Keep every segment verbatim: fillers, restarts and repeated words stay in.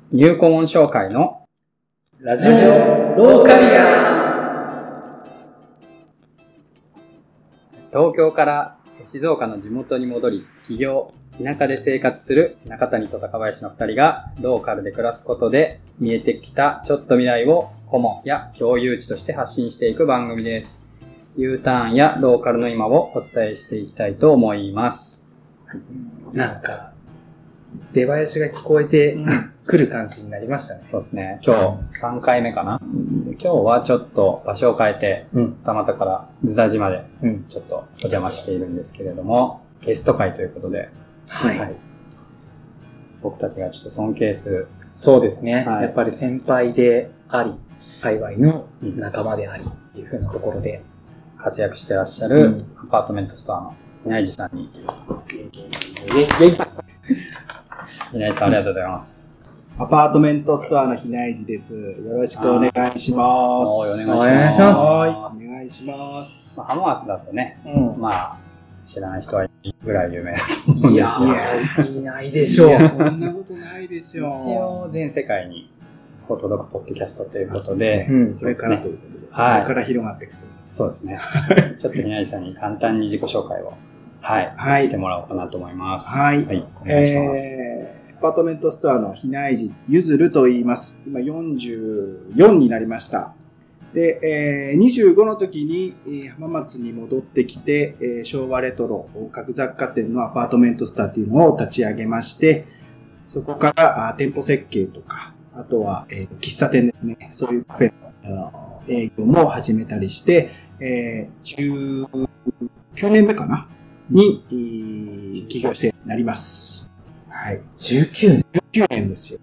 入顧問紹介のラジオローカリア。 東京から静岡の地元に戻り、起業、田舎で生活する中谷と高林の二人がローカルで暮らすことで見えてきたちょっと未来を顧問や共有地として発信していく番組です。U ターンやローカルの今をお伝えしていきたいと思います。 なんか、出囃子が聞こえてくる感じになりましたね。 そうですね。今日さんかいめかな。今日はちょっと場所を変えて、 うん、 二俣から津田島でちょっとお邪魔しているんですけれども、ゲスト会ということで、 はい、 はい、僕たちがちょっと尊敬する。 そうですね、 はい。 やっぱり先輩であり、界隈の仲間でありっていう風なところで活躍してらっしゃるアパートメントストアの稲井さんに。稲井さんありがとうございます。 アパートメントストアのひないじです。よろしくお願いします。 お願いします。 お願いします。 はい、お願いします。 まあ、浜松だとね、うん、まあ知らない人はいいぐらい有名だと思うんですけど。いないでしょう。 いや、そんなことないでしょう。 一応全世界にこう届くポッドキャストということで、 うん、これからということで、はい、これから広がっていくということで。 そうですね。ちょっとひないじさんに簡単に自己紹介を、はい、はい、してもらおうかなと思います。 はい。 はい、お願いします。 えーアパートメントストアのひないじゆずると言います。今よんじゅうよんになりました。で、えー、にじゅうごの時に、えー、浜松に戻ってきて、えー、昭和レトロ各雑貨店のアパートメントストアというのを立ち上げまして、そこからあ店舗設計とか、あとは、えー、喫茶店ですね。そういうカフェの営業も始めたりして、えー、じゅうきゅうねんめかなに、えー、起業してなります。はい。 じゅうきゅうねん。 じゅうきゅうねんですよ。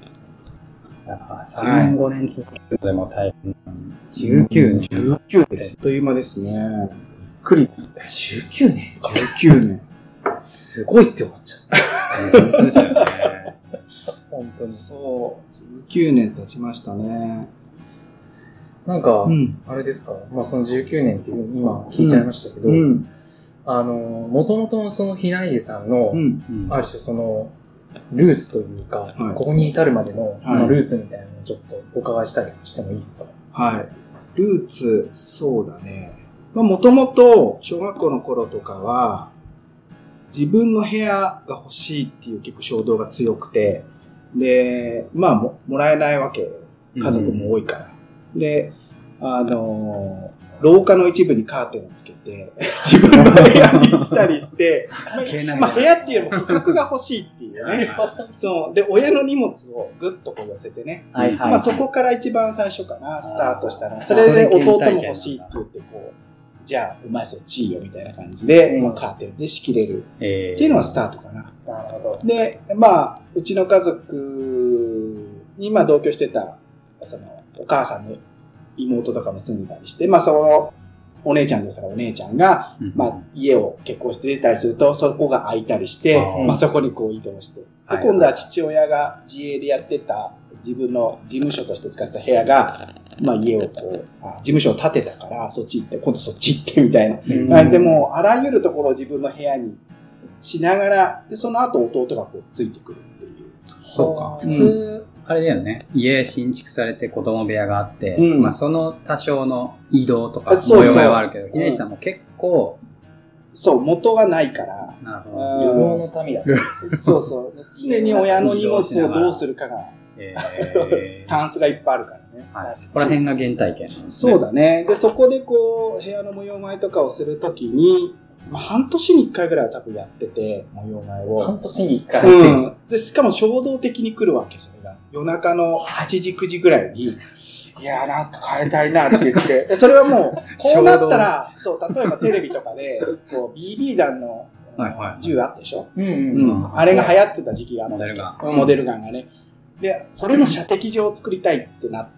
さんねんごねん続けるのでも大変。じゅうきゅうねん。 じゅうきゅうです。あっという間ですね。びっくり。 じゅうきゅうねん。じゅうきゅうねん。 すごいって思っちゃった。 本当ですよね。 本当に。 そう。じゅうきゅうねん経ちましたね。 なんか、うん、あれですか。まあそのじゅうきゅうねんっていう今聞いちゃいましたけど、うんうんあの、もともとのそのひないじさんの、うんうん、ある種その、ルーツというか、はい、ここに至るまでの、はい、ルーツみたいなのをちょっとお伺いしたりしてもいいですか？ はい。ルーツ、そうだね。まあもともと、小学校の頃とかは、自分の部屋が欲しいっていう結構衝動が強くて、で、まあも、もらえないわけ。家族も多いから。うん、で、あのー、廊下の一部にカーテンをつけて、自分の部屋にしたりして、まあ部屋っていうよりも区画が欲しいっていうね。そう。で、親の荷物をぐっとこう寄せてね。はいはい、まあそこから一番最初かな、スタートしたの。それで弟も欲しいって言ってこう、じゃあ、お前そっちいいよみたいな感じで、うんまあ、カーテンで仕切れるっていうのはスタートかな。 えー、なるほど。 で、まあ、うちの家族にまあ同居してた、その、お母さんの妹とかも住んでたりして、まあそのお姉ちゃんですからお姉ちゃんが、うん、まあ家を結婚して出たりするとそこが空いたりして、うん、まあそこにこう移動して、で今度は父親が自営でやってた自分の事務所として使ってた部屋が、まあ家をこう、あ事務所を建てたからそっち行って、今度そっち行ってみたいな。うん、でもあらゆるところを自分の部屋にしながら、でその後弟がこうついてくるっていう。 そうか。普通、うんあれだよね。家新築されて子供部屋があって、うん、まあその多少の移動とか模様替えはあるけど、ひないじさんも結構、 そう、元がないから、 なるほど。予防の民だったんですそうそう。常に親の荷物をどうするかが、えー、タンスがいっぱいあるからね。 はい、そこら辺が原体験なんですね。そうだね。で、そこでこう、部屋の模様替えとかをするときに、まあ、半年に一回ぐらいは多分やってて、模様替えを。 半年に一回やってるんです、 うん、で、しかも衝動的に来るわけ、それが。夜中のはちじ、くじぐらいに、いやーなんか変えたいなって言って、それはもう、こうなったら、そう、例えばテレビとかで、こう、ビービー 弾の銃あったでしょ、うんうんうん、あれが流行ってた時期があった。モデルガン。モデルガンがね。で、それの射的場を作りたいってなって、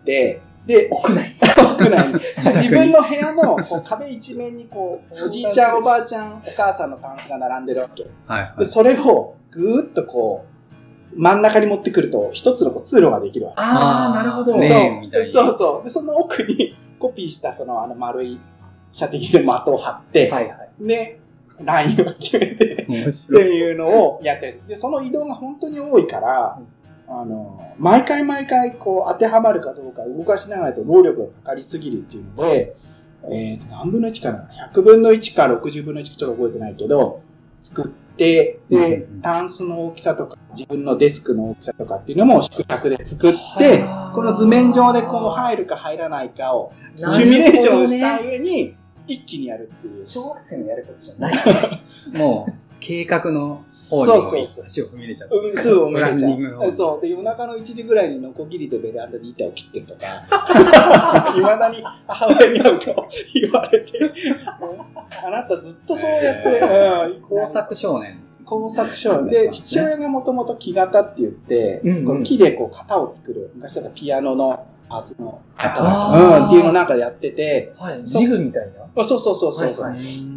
で、 屋内。 屋内。自分の部屋のこう壁一面にこう、おじいちゃんおばあちゃんお母さんのタンスが並んでるわけ。はいはい、で、それをぐーっとこう、真ん中に持ってくると、一つのこう通路ができるわけ。 ああ、なるほど。 ねみたいな。 そうそう。で、その奥にコピーしたそのあの丸い射的で的を張って、はいはい、で、ラインを決めて、っていうのをやったりする。で、その移動が本当に多いから、 あの、毎回毎回こう当てはまるかどうか動かしながらと労力がかかりすぎるっていうので、えー、何分のいちかな ?ひゃくぶんのいちかろくじゅうぶんのいちかちょっと覚えてないけど、作って、で、タンスの大きさとか、自分のデスクの大きさとかっていうのも縮尺で作って、この図面上でこう入るか入らないかをシミュレーションした上に一気にやるっていう。 小学生のやることじゃない。 もう、計画の方に足を踏み入れちゃった。 うん、そう、踏み入れちゃう。そう。で、夜中のいちじぐらいにノコギリでベランダで板を切ってるとか、未だに母親に会うと言われて、あなたずっとそうやって、 うん、工作少年。 工作少年。で、父親がもともと木型って言って、うんうん、この木でこう型を作る。昔だったらピアノのパーツの型うん、っていうのなんかやってて、 はい、ジグみたいな。 そうそうそうそう、はいはい。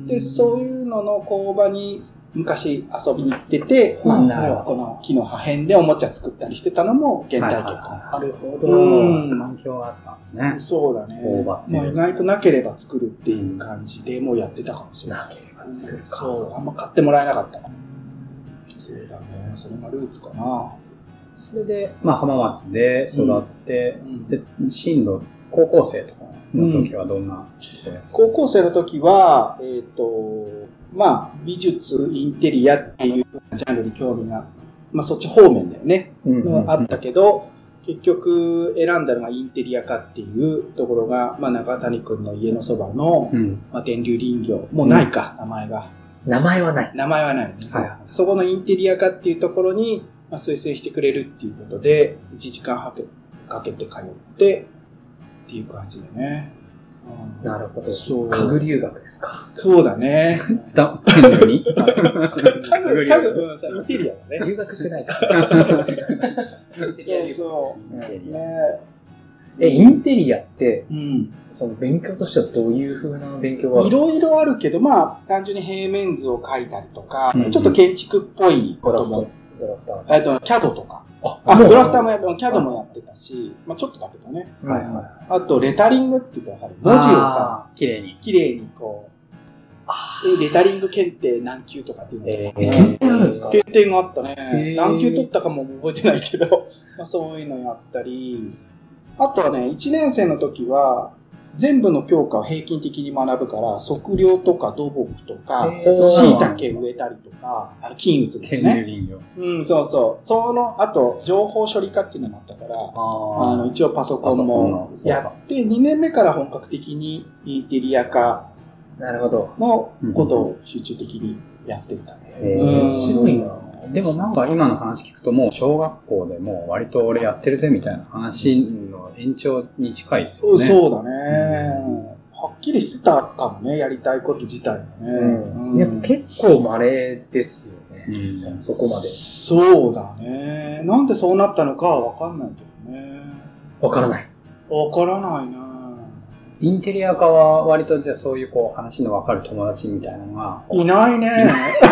で、そういうのの工場に昔遊びに行ってて、まあ、この木の破片でおもちゃ作ったりしてたのも原体験かな。 なるほど。 環境があったんですね。 そうだね。工場って。まあ、意外となければ作るっていう感じでもうやってたかもしれない。 なければ作るか。 そう、あんま買ってもらえなかった。そうだね。それがルーツかな。 それで、まあ、浜松で育って、うん、で、進路、高校生とかの時はどんな、うん、 高校生の時は、えっと、まあ、美術、インテリアっていうジャンルに興味が、まあ、そっち方面だよね、うんうんうん、あったけど、結局選んだのがインテリア科っていうところが、まあ、中谷くんの家のそばの、うん、まあ、電流林業、もうないか、うん、名前が。 名前はない。 名前はない、ね。はい。そこのインテリア科っていうところに、まあ、推薦してくれるっていうことで、いちじかんはけかけて通ってっていう感じだね。 うん、なるほど。そう。家具留学ですか。 そうだね。 ふた、家具に家具、 家具、家具、インテリアだね。 留学してないから。そうそう。 そうそう。ねえ、インテリアって、うん、その勉強としてはどういう風な勉強があるんですか？ いろいろあるけど、まあ、単純に平面図を描いたりとか、うんうん、ちょっと建築っぽいことも、 ドラフター。 えっと、キャド とか。あ、あドラフターもやって、キャド もやってたし、まあちょっとだけどね。はいはい。あと、レタリングって言ったら文字をさ、 綺麗に。 綺麗にこう、レタリング検定何級とかっていうのが、 えー、検定あるんですか？ 検定があったね。何級取ったかも覚えてないけど、まあそういうのやったり、あとはね、いちねん生の時は、全部の教科を平均的に学ぶから、測量とか土木とか、椎茸植えたりとか、金打つですね。うん、そうそう。その、あと、情報処理科っていうのもあったから、あの、一応パソコンもやって、にねんめから本格的にインテリア科のことを集中的にやってたね。 へー、面白いな。 でもなんか今の話聞くともう小学校でもう割と俺やってるぜみたいな話の延長に近いですよね。 そうだね、うん。はっきりしてたかもね、やりたいこと自体はね。 うんうん、いや結構稀ですよね、うん、そこまで。 そうだね。なんでそうなったのかはわかんないけどね。 わからない。 わからないな。 インテリア科は割とじゃあそういうこう話のわかる友達みたいなのがいないね。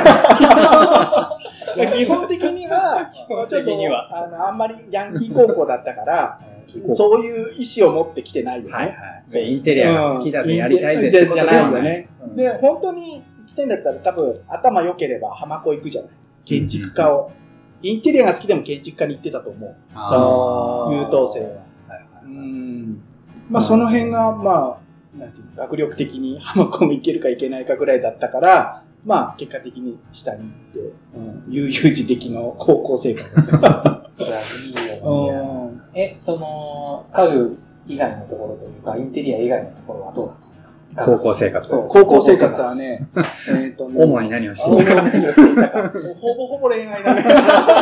基本的には、基本的にはあの、あんまりヤンキー高校だったから、そういう意思を持ってきてないよね。はいはい。インテリアが好きだぜ、うん、やりたいぜってことじゃないよね。 うん、で、本当に来てんだったら多分頭良ければ浜子行くじゃない。建築家を。うん、インテリアが好きでも建築家に行ってたと思う。その優等生は。はいはい、うんまあその辺が、まあ、なんていうの、学力的に浜子も行けるか行けないかぐらいだったから、まあ結果的に下に行って、うん、悠々自適の高校生活です。いいよ、うん。え、その、家具以外のところというか、インテリア以外のところはどうだったんですか？ 高校生活。そう、 高校生活はね、えっとね、 主に何をしていたか。 何をしていたか。ほぼほぼ恋愛だね。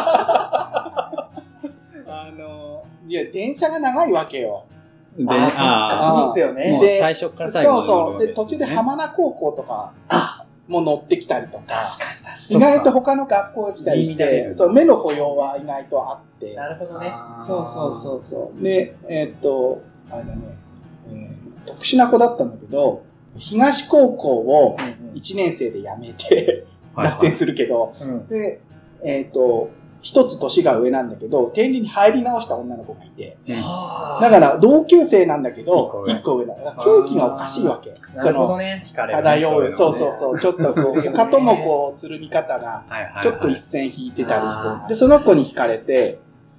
あの、いや、電車が長いわけよ。 で、ああ、そうですよね。 もう最初から最後まで、ね。 そうそう。で、途中で浜名高校とかも乗ってきたりとか。 確かに確かに。 意外と他の学校が来たりして、そう、目の保養は意外とあって。 なるほどね。 そうそうそうそう。で、えー、っと、あれだね、えー、特殊な子だったんだけど、東高校をいちねん生で辞めて、うんうん、脱線するけど、はいはい、で、えー、っと、一つ年が上なんだけど、天理に入り直した女の子がいて、うん、だから同級生なんだけど、一個上だ。空気がおかしいわけ。 なるほどね。 漂う。そうそうそう。ちょっとこう、他ともこう、つるみ方が、ちょっと一線引いてたりして、で、その子に惹かれて、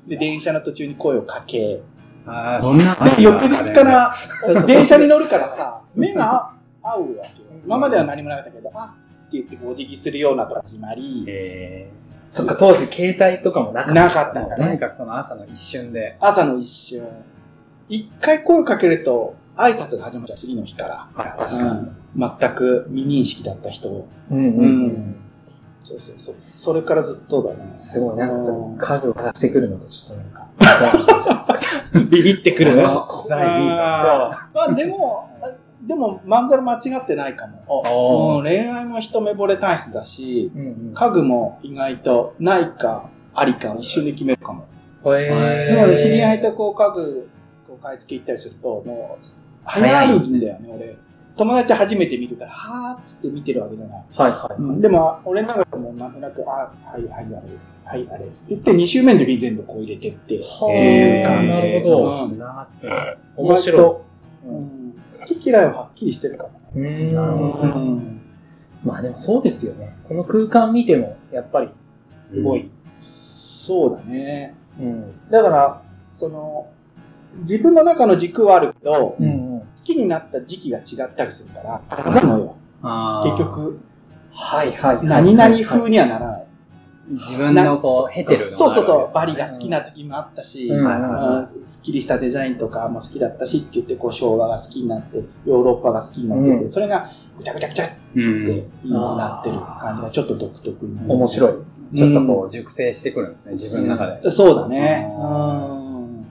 で、電車の途中に声をかけ、 ああ、そんな。 で、翌日から、電車に乗るからさ、目が合うわけよ。今までは何もなかったけど、あって言ってお辞儀するようなとか始まり、 えー、そっか、当時携帯とかもなかった。 なかったんだね。 とにかくその朝の一瞬で。 朝の一瞬。一回声をかけると、挨拶が始まっちゃう、次の日から。 はい、確かに、 うん。全く未認識だった人。 うんうんうん。 そうそうそう。それからずっとだね。 すごい、なんかその、家具を出してくるのとちょっとなんか、 ビビってくるね。 こざいビーザそう。まあでも、でも、まんざら間違ってないかも。うん、恋愛も一目惚れ体質だし、うんうん、家具も意外とないか、ありかを一瞬で決めるかも。へー。なので、知り合いとこう家具、こう買い付け行ったりすると、もう、流行るんだよね、俺。友達初めて見るから、はーっつって見てるわけじゃない。 はいはい、 うん。でも、俺なんかもなんとなく、あ、はいはいあれ、はいあれ、つって言って、に週目の時に全部こう入れてって、 へー、なるほど。 繋がってる。 面白い。うん、好き嫌いははっきりしてるかもね。 うん。なるほど。まあでもそうですよね。この空間見ても、やっぱり、すごい、うん。 そうだね。うん。だから、その、自分の中の軸はあるけど、うんうん、好きになった時期が違ったりするから、あざのよ。結局、 はいはい。 何々風にはならない。 自分のこう、経てるのが、ね、 そうそうそう。バリが好きな時もあったし、うんうん、スッキリしたデザインとかも好きだったしって言って、こう、昭和が好きになって、ヨーロッパが好きになってて、うん、それがぐちゃぐちゃぐちゃって今なってる感じがちょっと独特に。 面白い。 ちょっとこう、熟成してくるんですね、自分の中で。 うん、そうだね。うん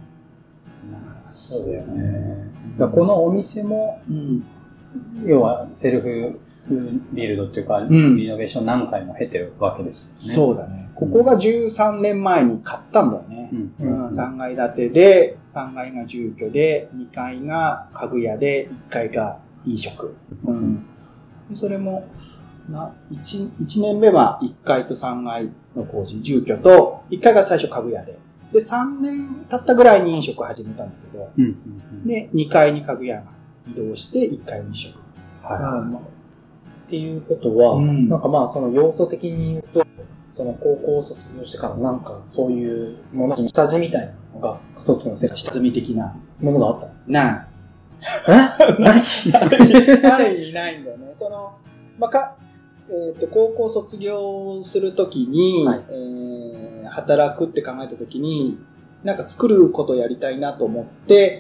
そうだよね。だこのお店も、うん、要はセルフビルドっていうか、うん、リノベーション何回も経てるわけですよね。 そうだね。ここがじゅうさんねんまえに買ったんだよね。うんうん、さんがい建てで、さんがいが住居で、にかいが家具屋で、いっかいが飲食。うん、でそれもな 1, いちねんめはいっかいとさんがいの工事、住居と、いっかいが最初家具屋で。で、さんねん経ったぐらいに飲食を始めたんだけど、うんうんうん、で、にかいに家具屋が移動して、いっかい飲食。 はいうんまあ。っていうことは、うん、なんかまあその要素的に言うと、その高校を卒業してからなんかそういうもの、下地みたいなのが、外の世界、 下積み的なものがあったんですない。えないある意味ないんだよね。その、まあ、か、えっと、高校卒業するときに、はいえー、働くって考えたときに、なんか作ることをやりたいなと思って、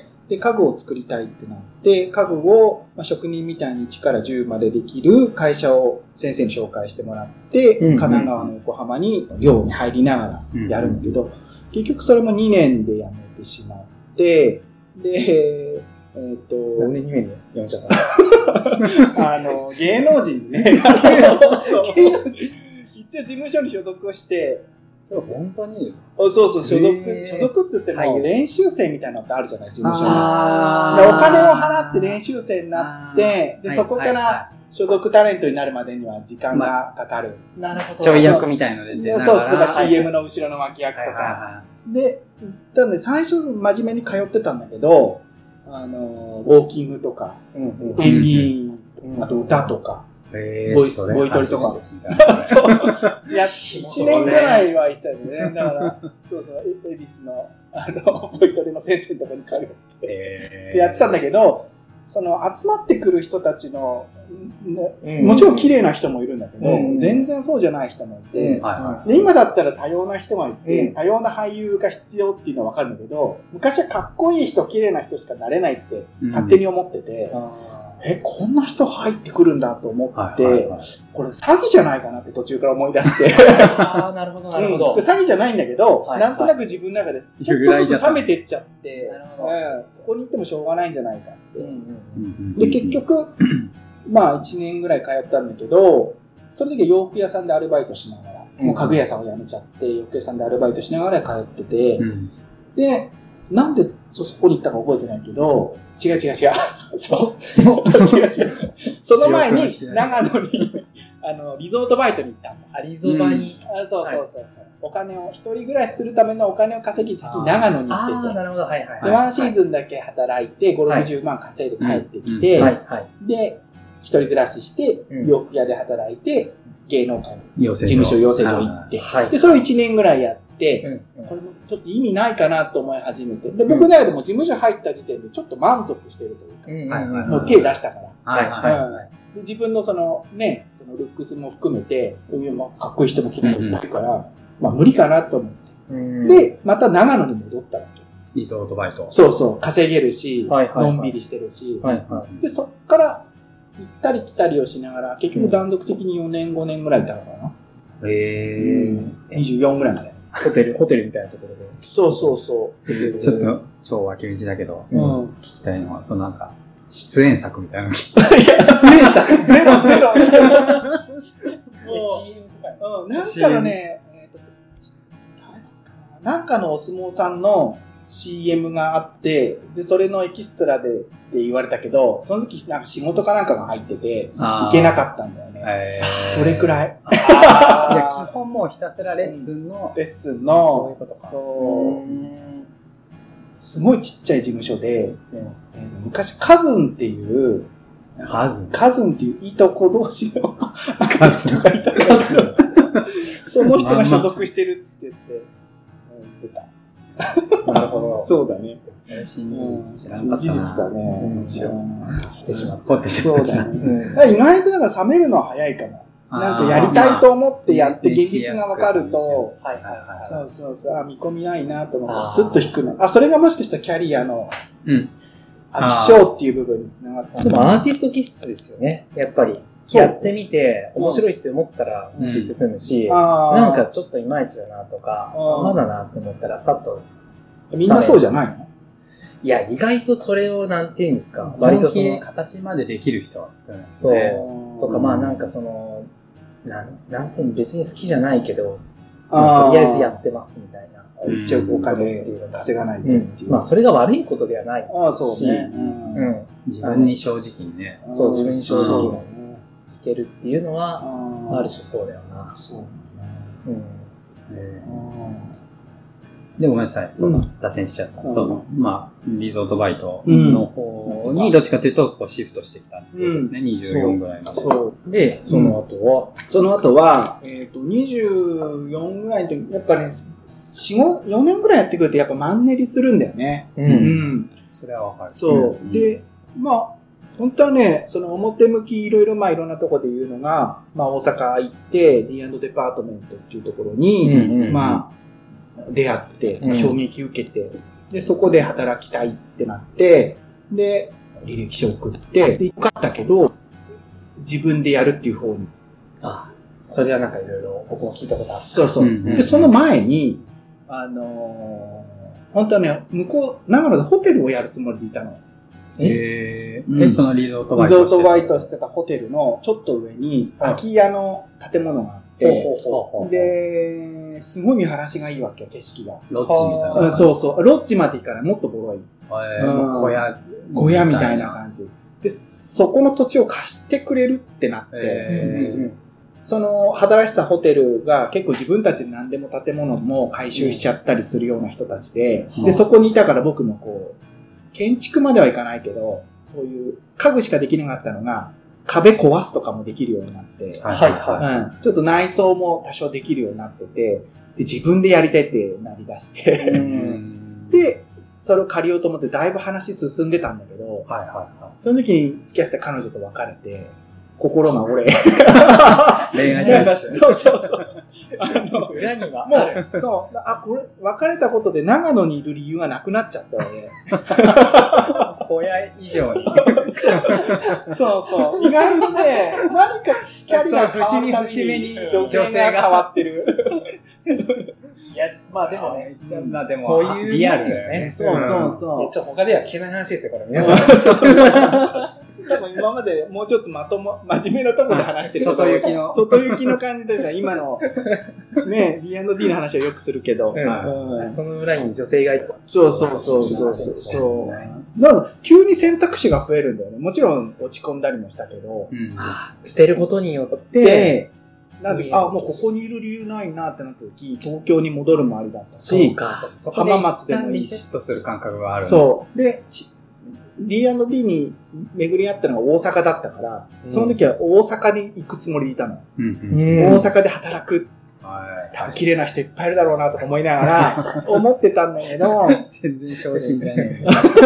で、家具を作りたいってなって、家具を、まあ、職人みたいにいちからじゅうまでできる会社を先生に紹介してもらって、うんうん、神奈川の横浜に寮に入りながらやるんだけど、うんうん、結局それもにねんで辞めてしまって、で、えっ、ー、と、 なんでにねんで辞めちゃったんですかあの、芸能人にね、芸能人、一応事務所に所属をして、 そう、本当にいいですか？ そうそう、所属、所属って言っても練習生みたいなのってあるじゃない、事務所に。お金を払って練習生になって、で、そこから所属タレントになるまでには時間がかかる。 まあ、なるほど。 ちょい役みたいので出ながら。 そう、とか シーエム の後ろの脇役とか。で、行ったんで、最初真面目に通ってたんだけど、あの、ウォーキングとか、うんうん、演技、うん、あと歌とか、 えー、 ボイス、ボイトリとか。そう。いや、一年ぐらいは行ってたよね。だから、そうそう、エビスの、あの、ボイトリの先生のところに通って、えー、やってたんだけど、その、集まってくる人たちの、ね、もちろん綺麗な人もいるんだけど、うん、全然そうじゃない人もいて、うんはいはい、で、今だったら多様な人がいて、うん、多様な俳優が必要っていうのはわかるんだけど、昔はかっこいい人、綺麗な人しかなれないって勝手に思ってて、うんえ、こんな人入ってくるんだと思って、はいはいはい、これ詐欺じゃないかなって途中から思い出して。 ああ、なるほど、なるほど、 うん。詐欺じゃないんだけど、はいはい、なんとなく自分の中で、ちょっとずつ冷めてっちゃって、うん、ここに行ってもしょうがないんじゃないかって。うんうんうん、で、結局、まあいちねんぐらい通ったんだけど、その時は洋服屋さんでアルバイトしながら、うん、もう家具屋さんを辞めちゃって、洋服屋さんでアルバイトしながら通ってて、うん、で、なんでそこに行ったか覚えてないけど、違う違う違う。そう。違う違う。その前に、長野に、あの、リゾートバイトに行ったんだ。 あ、リゾバに。 うん、あそうそうそうそう、はい。お金を、一人暮らしするためのお金を稼ぎ先長野に行ってて。 ああ、なるほど。はいはい。 で、ワンシーズンだけ働いて、ご、ろくじゅうまん稼いで帰ってきて、はいはい。で、一人暮らしして、洋服屋で働いて、芸能界の事務所養成所行って、はい。で、それをいちねんぐらいやって、うんうん、これもちょっと意味ないかなと思い始めて、で僕の中でも事務所入った時点でちょっと満足してるというか、うんうんうん、もう手出したから、はいはいはい、で自分のそのね、そのルックスも含めて、かっこいい人も来てるから、うんうん、まあ無理かなと思って、うん、でまた長野に戻ったわけ。 リゾートバイト。 そうそう、稼げるし、はいはいはい、のんびりしてるし、はいはい、でそっから行ったり来たりをしながら、結局断続的によねんごねんぐらいいたのかな。へ、うん、にじゅうよんぐらいまで。 ホテル、ホテルみたいなところで。 そうそうそう。 ちょっと超脇道だけど、うん、聞きたいのは、そのなんか、出演作みたいなの。いや、出演作ゼロゼロゼロ。シーエム とか。うん、なんかのね、えーと、なんかのお相撲さんの シーエム があって、で、それのエキストラでって言われたけど、その時なんか仕事かなんかが入ってて、行けなかったんだよね。それくらい。 いや基本もうひたすらレッスンの、 うん、レッスンの、 そういうことか。 そう。すごいちっちゃい事務所で、うんえー、昔カズンっていう、 カズンカズンっていういとこ同士のカズンがいたカズンその人が所属してるっつって言って、うん、出た。なるほど。そうだね。 真実知らんかったな。 真実だね。うん。知らん。ってしまった。ってしまった。 そうだね。意外となんか冷めるのは早いかも。なんかやりたいと思ってやって現実がわかると、はいはいはい。そうそうそう。あ、見込みないなと思って、スッと引くの。あ、それがもしかしたらキャリアの、うん。あ、気象っていう部分につながった。 でもアーティスト気質ですよね。やっぱり。やってみて、面白いって思ったら突き進むし、うん、なんかちょっといまいちだなとか、まだなって思ったらさっと。 みんなそうじゃないの？ いや、意外とそれをなんて言うんですか、 割とその形までできる人は少ない。 そう。とか、まあなんかその、なん、なんていうの、別に好きじゃないけど、まあ、とりあえずやってますみたいな。 一応お金稼がないっていう、 うん。まあそれが悪いことではないし。 ああ、そうね。 うん。自分に正直にね。 そう、自分に正直にいけるっていうのは、ある種そうだよな。 そうね。 うん。 えーで、ごめんなさい。そうだ、うん、脱線しちゃった。うん、そう。まあ、リゾートバイトの方に、どっちかというと、こう、シフトしてきたってことですね。うん、にじゅうよんぐらいまで。 そう。 で、その後は、 うん、その後は、えっと、にじゅうよんぐらいの時、やっぱね、よん、よねんぐらいやってくると、やっぱマンネリするんだよね。 うん。うん。それはわかる。 そう。で、まあ、本当はね、その表向きいろいろまあいろんなところで言うのが、まあ大阪行って、ディーアンド デパートメントっていうところに、うんうん、まあ、出会って、衝撃受けて、うん、で、そこで働きたいってなって、で、履歴書送って、で、受かったけど、自分でやるっていう方に。 ああ、それはなんかいろいろ僕も聞いたことあった。 そうそう。うんうんうん、で、その前に、あのー、本当はね、向こう、長野でホテルをやるつもりでいたの。 えー、うん、え、そのリゾートバイトしてた。リゾートバイトしてたホテルのちょっと上に、空き家の建物があって、で、すごい見晴らしがいいわけよ、景色が。 ロッジみたいな。 そうそう。ロッジまで行かない。もっとボロい。 えー、うん、小屋。 小屋みたいな感じ。で、そこの土地を貸してくれるってなって、えーうんうん、その働いてたホテルが結構自分たちで何でも建物も改修しちゃったりするような人たちで、うん、で、そこにいたから僕もこう、建築まではいかないけど、そういう家具しかできなかったのが、壁壊すとかもできるようになって、 はいはいうん、ちょっと内装も多少できるようになってて、で自分でやりたいってなりだしてうんで、それを借りようと思ってだいぶ話進んでたんだけど、 はいはいはい、 その時に付き合ってた彼女と別れて、心が折れ。 恋愛です。 そうそうそう。あの、 裏にはもう、そう、あ、これ、別れたことで長野にいる理由がなくなっちゃったわね。 小屋以上に。 そうそう。意外とね、何かキャリアが変わったために女性が変わってる。 いや、まあでもね、 まあでも、 そういうリアルだよね。 そうそうそう。 ちょっと他では聞けない話ですよ、これ。皆さん。 多分今までもうちょっとまとも、真面目なところで話してる。 外行きの。 外行きの感じでさ、今の、ね、ディーアンドディー の話はよくするけど。 うんうん、その裏に女性がいた。 そうそうそうそうそう。そうなんか急に選択肢が増えるんだよね。もちろん落ち込んだりもしたけど。 うん、捨てることによって、 なんで、あ、もうここにいる理由ないなってなった時、東京に戻るもありだったし、浜松でもいいし。 リセットする感覚がある。 そう。で、ディーアンドディー に巡り合ったのが大阪だったから、うん、その時は大阪に行くつもりでいたの。うんうん、大阪で働く多分綺麗な人いっぱいいるだろうなとか思いながら思ってたんだけど、 全然昇進じゃねえ。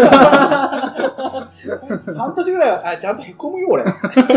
半年ぐらいは、あ、ちゃんと凹むよ、俺。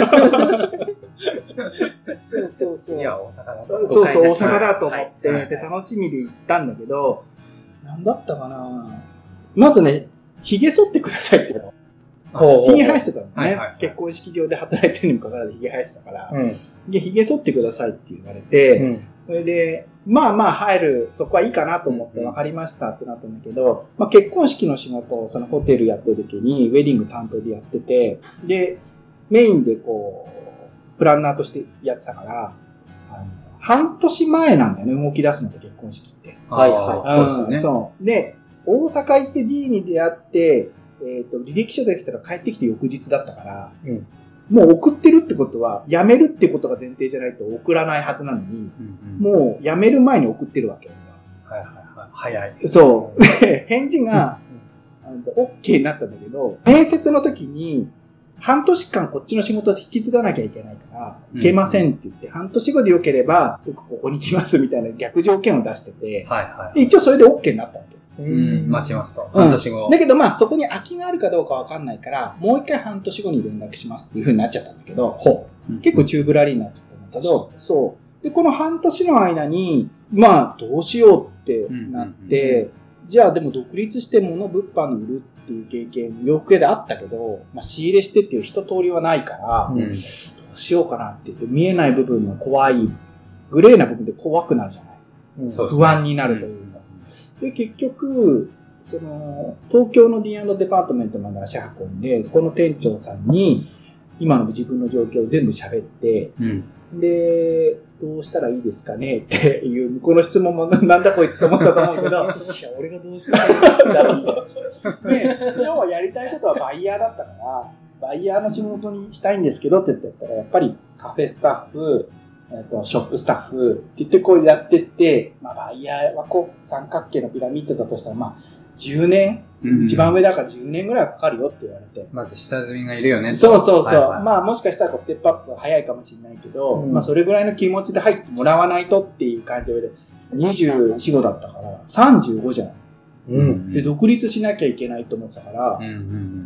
そうそうそう。 次は大阪だと。 そうそう、大阪だと思って、はい、で、楽しみで行ったんだけど、なんだったかなまずね、髭剃ってくださいって言うの。髭生やしてたのね、はいはいはい。結婚式場で働いてるにもかかわらず髭生やしてたから、うん、で、髭剃ってくださいって言われて、うん、それで、まあまあ入る、そこはいいかなと思って分かりましたってなったんだけど、まあ結婚式の仕事をそのホテルやってる時にウェディング担当でやってて、で、メインでこう、プランナーとしてやってたから、あの半年前なんだよね、動き出すのと結婚式って。 はいはい。 そうですね。そう。で、大阪行って D に出会って、えっと、履歴書できたら帰ってきて翌日だったから、うん、もう送ってるってことは、辞めるってことが前提じゃないと送らないはずなのに、うんうん、もう辞める前に送ってるわけよ。 はいはいはい。早い。 そう。で、返事が、OK になったんだけど、面接の時に、半年間こっちの仕事を引き継がなきゃいけないから、いけませんって言って、うん、半年後で良ければ、僕ここに来ますみたいな逆条件を出してて、はいはい、で一応それで OK になったわけ。 うん、待ちますと。半年後、 うん。だけどまあそこに空きがあるかどうかわかんないから、もう一回半年後に連絡しますっていう風になっちゃったんだけど、ほう、うん、結構チューブラリーになっちゃったんだけど、そう。で、この半年の間に、まあどうしようってなって、うんうんうん、じゃあでも独立して物物販の売るっていう経験、洋服屋であったけど、まあ仕入れしてっていう一通りはないから、うん、どうしようかなって言って、見えない部分の怖い、グレーな部分で怖くなるじゃない。うん、不安になるというか。で、結局、その、東京の ディーアンド デパートメントまで足運んで、そこの店長さんに、今の自分の状況を全部喋って、うん、で、どうしたらいいですかねっていう、向こうの質問もなんだこいつと思ったと思うけど、いや、俺がどうしたらいいんだろうと。で、要はやりたいことはバイヤーだったから、バイヤーの仕事にしたいんですけどって言ったら、やっぱりカフェスタッフ、えっと、ショップスタッフって言ってこうやってって、まあ、バイヤーはこう、三角形のピラミッドだとしたら、まあ、じゅうねん、うん、一番上だからじゅうねんぐらいかかるよって言われて。 まず下積みがいるよね。 そうそうそう。はいはい、まあ、もしかしたらこうステップアップが早いかもしれないけど、うん、まあ、それぐらいの気持ちで入ってもらわないとっていう感じで、にじゅうよん、ごだったから、さんじゅうごじゃん。うん。で、独立しなきゃいけないと思ってたから、うんうんうん、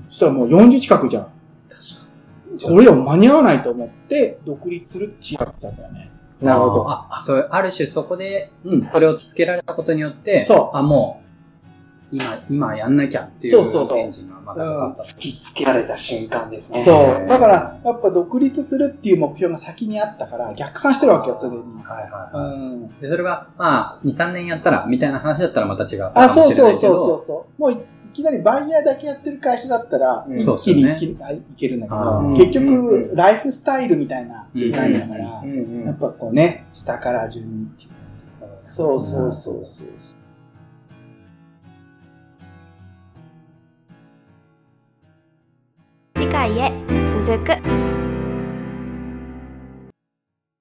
そしたらもうよんじゅう近くじゃん。確かに。これは間に合わないと思って、独立するって言ったんだよね。 なるほど。あ、そう、ある種そこで、それをつけられたことによって、そう。あ、もう、今、今やんなきゃっていうそうそうそうエンジンがまだかかった。 突きつけられた瞬間ですね。 そう。だから、やっぱ独立するっていう目標が先にあったから、逆算してるわけよ、常に。はいはいはい。うん。 で、それが、まあ、に、さんねんやったら、みたいな話だったらまた違うかもしれないけど。あ、そうそうそうそう。 もういきなりバイヤーだけやってる会社だったら、一気にいけるんだけど、結局、ライフスタイルみたいなデザインだから、やっぱこうね、下から順に。そうそうそうそう。 次回へ続く。